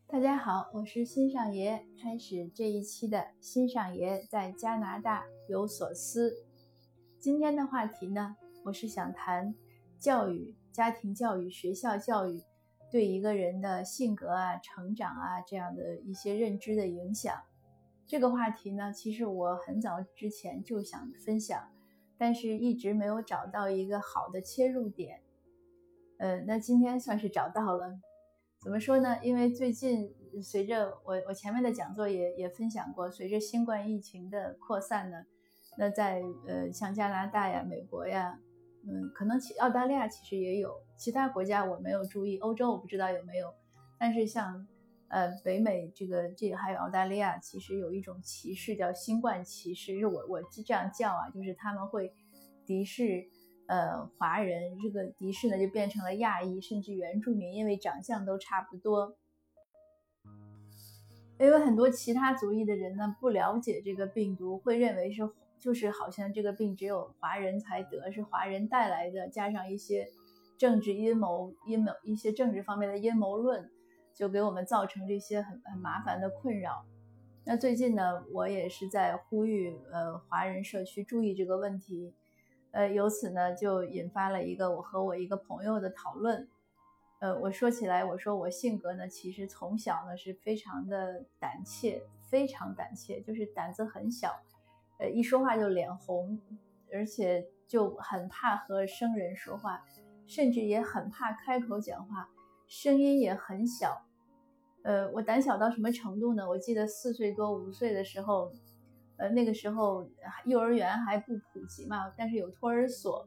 大家好，我是新上爷，开始这一期的新上爷在加拿大有所思。今天的话题呢，我是想谈教育、家庭教育、学校教育对一个人的性格成长这样的一些认知的影响。这个话题呢，其实我很早之前就想分享，但是一直没有找到一个好的切入点。那今天算是找到了。怎么说呢？因为最近随着我前面的讲座也分享过，随着新冠疫情的扩散呢，那在像加拿大呀、美国呀，可能澳大利亚其实也有，其他国家我没有注意，欧洲我不知道有没有，但是像北美这个还有澳大利亚，其实有一种歧视叫新冠歧视，是我这样叫就是他们会敌视华人，这个敌视呢就变成了亚裔甚至原住民，因为长相都差不多。因为很多其他族裔的人呢不了解这个病毒，会认为就是好像这个病只有华人才得，是华人带来的，加上一些政治阴谋一些政治方面的阴谋论，就给我们造成这些很麻烦的困扰。那最近呢，我也是在呼吁华人社区注意这个问题。由此呢就引发了我和我一个朋友的讨论。我说起来，我说我性格呢，其实从小呢是非常的胆怯，非常胆怯，就是胆子很小，一说话就脸红，而且就很怕和生人说话，甚至也很怕开口讲话，声音也很小。我胆小到什么程度呢？我记得4岁多5岁的时候，那个时候幼儿园还不普及嘛，但是有托儿所，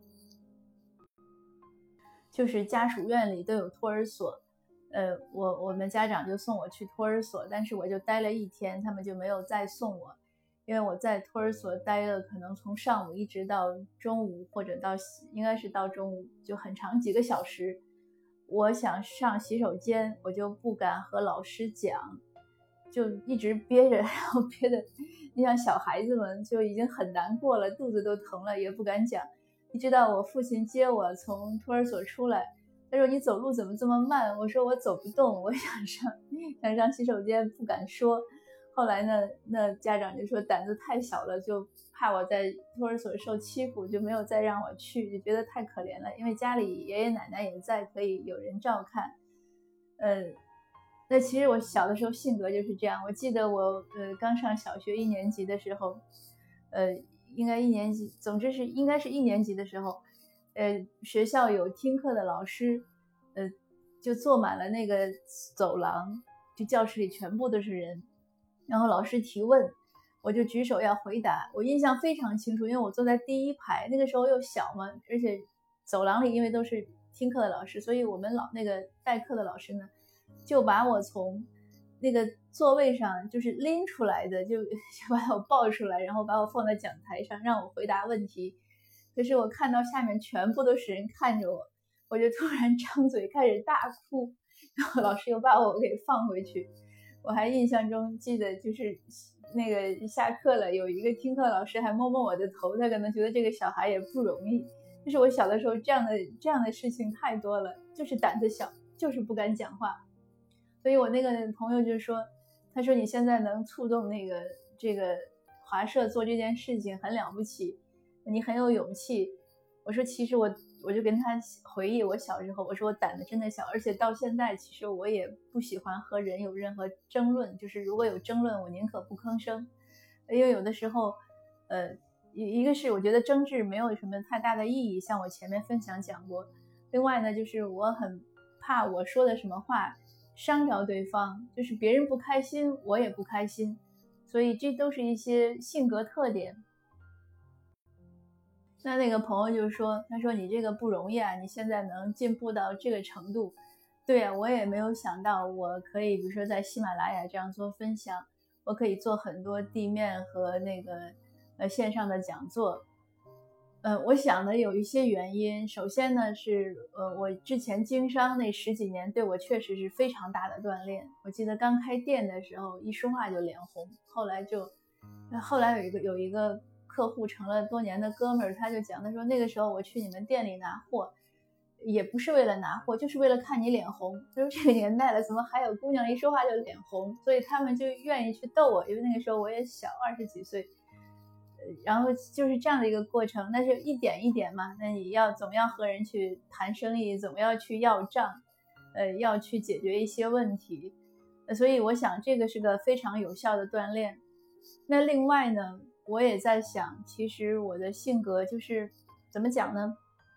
就是家属院里都有托儿所。我们家长就送我去托儿所，但是我就待了1天，他们就没有再送我，因为我在托儿所待了可能从上午一直到中午，或者应该是到中午，就很长几个小时。我想上洗手间，我就不敢和老师讲，就一直憋着，然后憋的，你像小孩子们就已经很难过了，肚子都疼了，也不敢讲。一直到我父亲接我从托儿所出来，他说你走路怎么这么慢？我说我走不动，我想上洗手间，不敢说。后来呢，那家长就说胆子太小了，就怕我在托儿所受欺负，就没有再让我去，就觉得太可怜了，因为家里爷爷奶奶也在，可以有人照看。那其实我小的时候性格就是这样。我记得我刚上小学1年级的时候，应该1年级，总之是应该是1年级的时候，学校有听课的老师，就坐满了那个走廊，就教室里全部都是人，然后老师提问，我就举手要回答。我印象非常清楚，因为我坐在第1排，那个时候又小嘛，而且走廊里因为都是听课的老师，所以我们那个代课的老师呢，就把我从那个座位上就是拎出来的，就把我抱出来，然后把我放在讲台上，让我回答问题。可是我看到下面全部都是人看着我，我就突然张嘴开始大哭，然后老师又把我给放回去。我还印象中记得就是那个下课了，有一个听课老师还摸摸我的头，他可能觉得这个小孩也不容易。就是我小的时候这样的事情太多了，就是胆子小，就是不敢讲话。所以我那个朋友就说，他说你现在能触动这个华社做这件事情很了不起，你很有勇气。我说其实我就跟他回忆我小时候，我说我胆子真的小，而且到现在其实我也不喜欢和人有任何争论，就是如果有争论我宁可不吭声。因为有的时候一个是我觉得争执没有什么太大的意义，像我前面分享讲过。另外呢，就是我很怕我说的什么话伤着对方，就是别人不开心我也不开心，所以这都是一些性格特点。那个朋友就说，他说你这个不容易你现在能进步到这个程度。对我也没有想到我可以比如说在喜马拉雅这样做分享，我可以做很多地面和那个线上的讲座。我想的有一些原因。首先呢是我之前经商那10几年对我确实是非常大的锻炼。我记得刚开店的时候一说话就脸红，后来有一个客户成了多年的哥们儿，他就讲，他说那个时候我去你们店里拿货， 也不是为了拿货，就是为了看你脸红。就是这个年代了，怎么还有姑娘一说话就脸红？所以他们就愿意去逗我，因为那个时候我也小，20几岁。然后就是这样的一个过程，那就一点一点嘛。那你要总要和人去谈生意，总要去要账，要去解决一些问题。所以我想这个是个非常有效的锻炼。那另外呢，我也在想，其实我的性格就是怎么讲呢？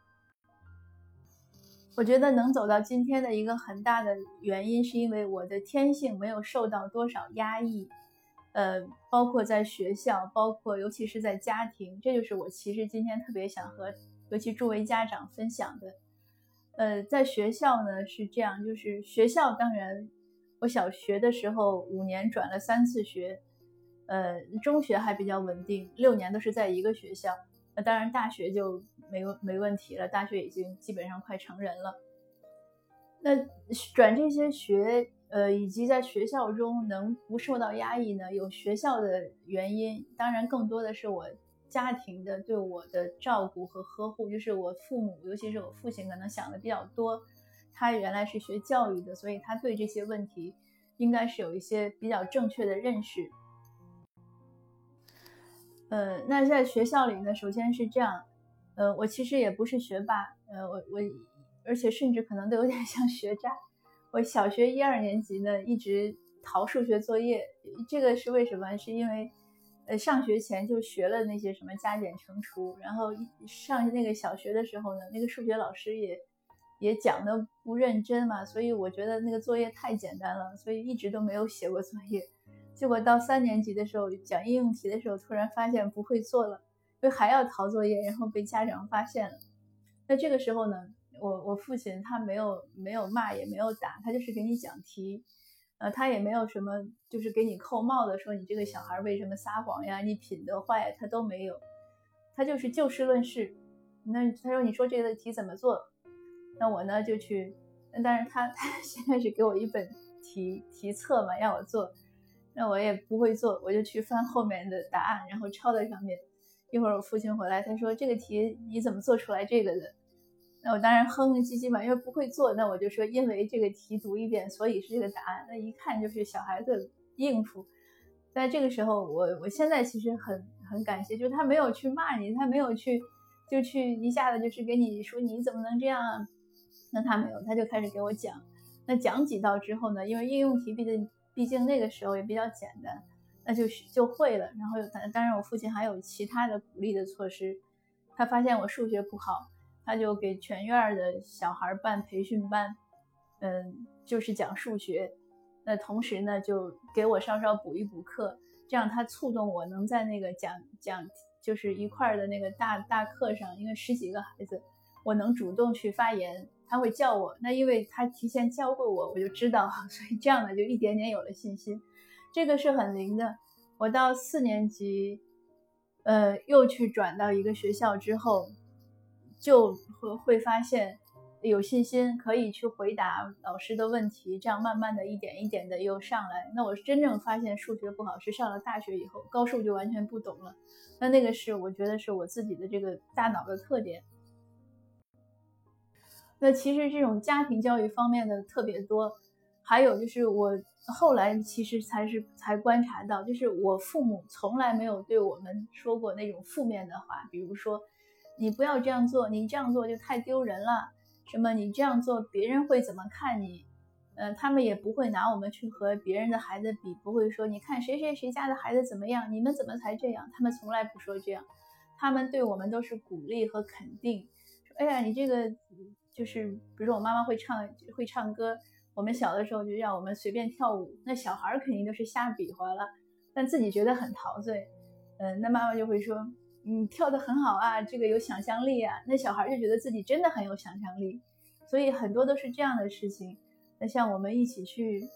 我觉得能走到今天的一个很大的原因，是因为我的天性没有受到多少压抑，包括在学校，包括尤其是在家庭，这就是我其实今天特别想和尤其诸位家长分享的。在学校呢是这样，就是学校当然，我小学的时候5年转了3次学，中学还比较稳定，6年都是在一个学校。当然大学就没问题了，大学已经基本上快成人了。那转这些学，以及在学校中能不受到压抑呢？有学校的原因，当然更多的是我家庭的对我的照顾和呵护，就是我父母，尤其是我父亲可能想的比较多，他原来是学教育的，所以他对这些问题应该是有一些比较正确的认识。那在学校里呢，首先是这样，我其实也不是学霸，而且甚至可能都有点像学渣。我小学1、2年级呢，一直逃数学作业，这个是为什么？是因为，上学前就学了那些什么加减乘除，然后上那个小学的时候呢，那个数学老师也讲的不认真嘛，所以我觉得那个作业太简单了，所以一直都没有写过作业。结果到3年级的时候讲应用题的时候，突然发现不会做了，就还要逃作业，然后被家长发现了。那这个时候呢，我父亲他没有骂也没有打，他就是给你讲题，他也没有什么就是给你扣帽的说你这个小孩为什么撒谎呀，你品德坏呀，他都没有，他就是就事论事。那他说你说这个题怎么做，那我呢就去，但是他现在是给我一本题册嘛，让我做。那我也不会做，我就去翻后面的答案，然后抄在上面。一会儿我父亲回来，他说这个题你怎么做出来这个的？那我当然哼哼唧唧嘛，因为不会做，那我就说因为这个题读一遍，所以是这个答案。那一看就是小孩子应付。在这个时候，我现在其实很感谢，就是他没有去骂你，他没有去一下子就是给你说你怎么能这样啊？那他没有，他就开始给我讲。那讲几道之后呢，因为应用题毕竟那个时候也比较简单，那就会了。然后当然我父亲还有其他的鼓励的措施，他发现我数学不好，他就给全院的小孩办培训班，就是讲数学。那同时呢，就给我稍稍补一补课，这样他触动我能在那个讲就是一块的那个大课上，因为10几个孩子，我能主动去发言。他会叫我，那因为他提前教过我，我就知道，所以这样的就一点点有了信心。这个是很灵的。我到4年级，又去转到一个学校之后，就会发现有信心可以去回答老师的问题，这样慢慢的一点一点的又上来。那我真正发现数学不好是上了大学以后，高数就完全不懂了。那个是我觉得是我自己的这个大脑的特点。那其实这种家庭教育方面的特别多，还有就是我后来其实才观察到，就是我父母从来没有对我们说过那种负面的话，比如说你不要这样做，你这样做就太丢人了，什么你这样做别人会怎么看你，他们也不会拿我们去和别人的孩子比，不会说你看谁谁谁家的孩子怎么样，你们怎么才这样，他们从来不说这样，他们对我们都是鼓励和肯定，说哎呀你这个就是比如说我妈妈会唱歌，我们小的时候就让我们随便跳舞，那小孩肯定都是瞎比划了，但自己觉得很陶醉，那妈妈就会说你跳得很好啊，这个有想象力啊，那小孩就觉得自己真的很有想象力，所以很多都是这样的事情。那像我们一起去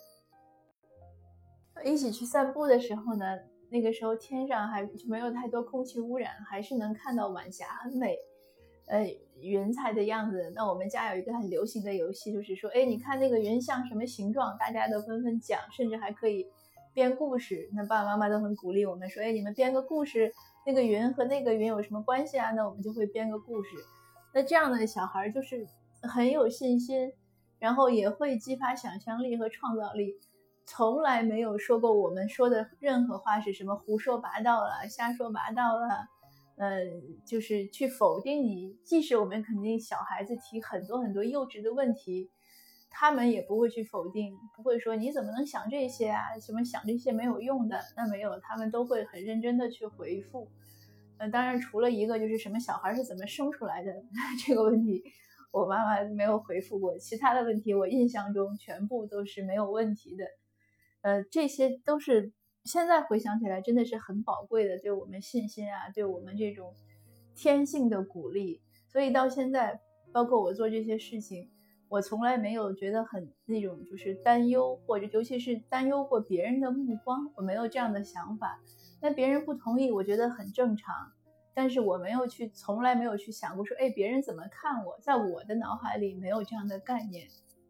散步的时候呢，那个时候天上还没有太多空气污染，还是能看到晚霞很美，云彩的样子。那我们家有一个很流行的游戏，就是说，哎，你看那个云像什么形状，大家都纷纷讲，甚至还可以编故事。那爸爸妈妈都很鼓励我们说，哎，你们编个故事，那个云和那个云有什么关系啊？那我们就会编个故事。那这样的小孩就是很有信心，然后也会激发想象力和创造力，从来没有说过我们说的任何话是什么胡说八道了、瞎说八道了，就是去否定你。即使我们肯定小孩子提很多很多幼稚的问题，他们也不会去否定，不会说你怎么能想这些啊，什么想这些没有用的，那没有，他们都会很认真的去回复。当然除了一个就是什么小孩是怎么生出来的这个问题，我妈妈没有回复过，其他的问题我印象中全部都是没有问题的。这些都是现在回想起来真的是很宝贵的，对我们信心啊，对我们这种天性的鼓励。所以到现在，包括我做这些事情，我从来没有觉得很那种就是担忧，或者尤其是担忧过别人的目光，我没有这样的想法。那别人不同意，我觉得很正常，但是我从来没有去想过说，哎，别人怎么看我，在我的脑海里没有这样的概念。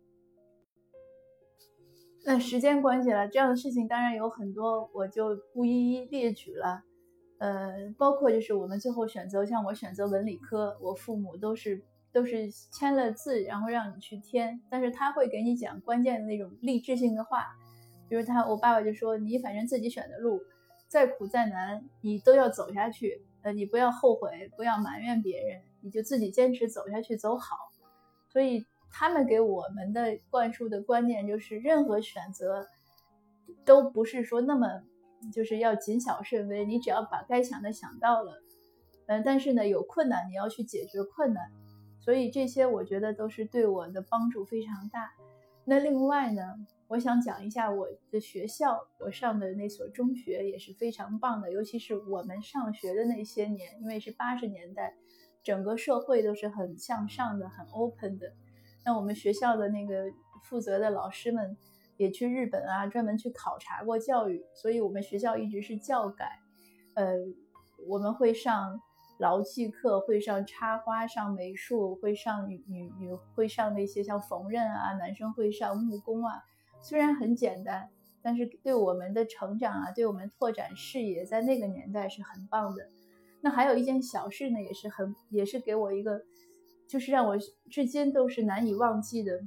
那时间关系了，这样的事情当然有很多，我就不一一列举了。包括就是我们最后选择，像我选择文理科，我父母都是签了字，然后让你去填，但是他会给你讲关键的那种励志性的话，比如我爸爸就说，你反正自己选的路，再苦再难，你都要走下去，你不要后悔，不要埋怨别人，你就自己坚持走下去，走好。所以他们给我们的灌输的观念就是，任何选择都不是说那么就是要谨小慎微，你只要把该想的想到了，但是呢，有困难你要去解决困难，所以这些我觉得都是对我的帮助非常大。那另外呢，我想讲一下我的学校，我上的那所中学也是非常棒的，尤其是我们上学的那些年，因为是80年代，整个社会都是很向上的，很 open 的。那我们学校的那个负责的老师们也去日本啊，专门去考察过教育，所以我们学校一直是教改。我们会上劳技课，会上插花，上美术，会上会上那些像缝纫啊，男生会上木工啊。虽然很简单，但是对我们的成长啊，对我们拓展视野，在那个年代是很棒的。那还有一件小事呢，也是给我一个，就是让我至今都是难以忘记的。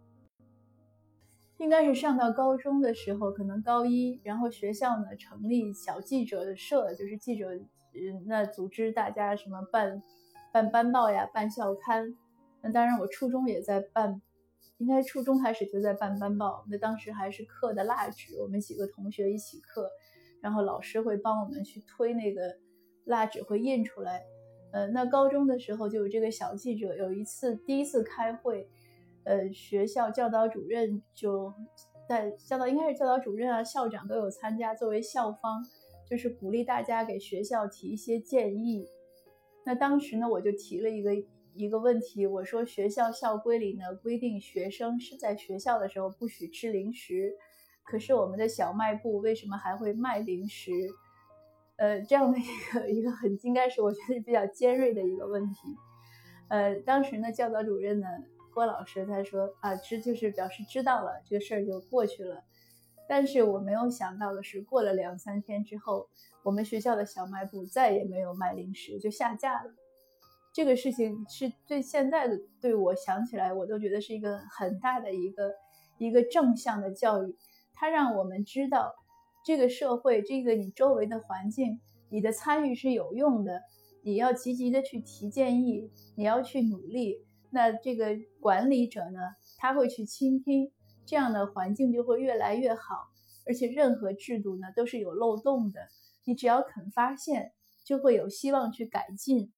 应该是上到高中的时候，可能高一，然后学校呢成立小记者社，就是记者，那组织大家什么办班报呀，办校刊。那当然我初中也在办，应该初中开始就在办班报。那当时还是刻的蜡纸，我们几个同学一起刻，然后老师会帮我们去推那个蜡纸会印出来。那高中的时候就有这个小记者，有一次第一次开会。学校教导主任就应该是教导主任啊，校长都有参加，作为校方，就是鼓励大家给学校提一些建议。那当时呢，我就提了一个问题，我说学校校规里呢规定学生是在学校的时候不许吃零食，可是我们的小卖部为什么还会卖零食？这样的一个应该是我觉得比较尖锐的一个问题。当时呢，教导主任呢，郭老师他说啊，就是表示知道了，这个事儿就过去了。但是我没有想到的是，过了2-3天之后，我们学校的小卖部再也没有卖零食，就下架了。这个事情是对现在的对我想起来，我都觉得是一个很大的一个正向的教育。它让我们知道，这个社会，这个你周围的环境，你的参与是有用的。你要积极的去提建议，你要去努力，那这个管理者呢，他会去倾听，这样的环境就会越来越好。而且任何制度呢都是有漏洞的，你只要肯发现，就会有希望去改进。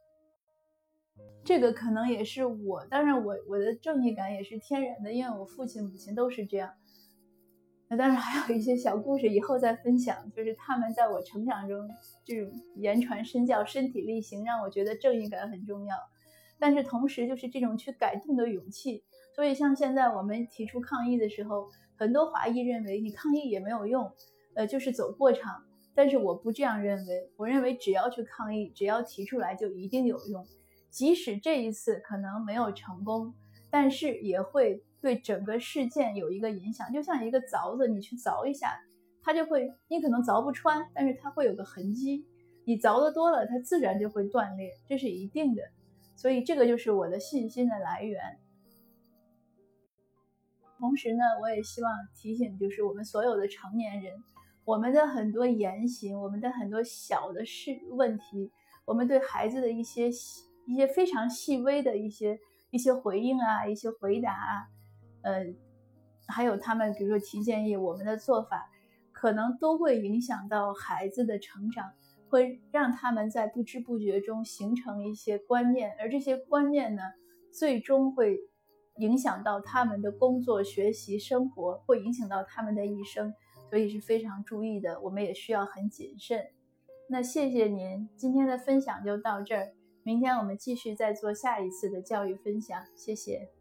这个可能也是当然我的正义感也是天然的，因为我父亲母亲都是这样。那当然还有一些小故事以后再分享，就是他们在我成长中这种言传身教、身体力行，让我觉得正义感很重要。但是同时就是这种去改动的勇气。所以像现在我们提出抗议的时候，很多华裔认为你抗议也没有用，就是走过场。但是我不这样认为，我认为只要去抗议，只要提出来就一定有用。即使这一次可能没有成功，但是也会对整个事件有一个影响。就像一个凿子，你去凿一下，它就会，你可能凿不穿，但是它会有个痕迹。你凿的多了，它自然就会断裂，这是一定的。 所以这个就是我的信心的来源。同时呢，我也希望提醒，就是我们所有的成年人，我们的很多言行，我们的很多小的问题，我们对孩子的一些非常细微的一些回应啊，一些回答啊，还有他们比如说提建议，我们的做法可能都会影响到孩子的成长，会让他们在不知不觉中形成一些观念，而这些观念呢，最终会影响到他们的工作、学习、生活，会影响到他们的一生，所以是非常注意的，我们也需要很谨慎。那谢谢您，今天的分享就到这儿，明天我们继续再做下一次的教育分享，谢谢。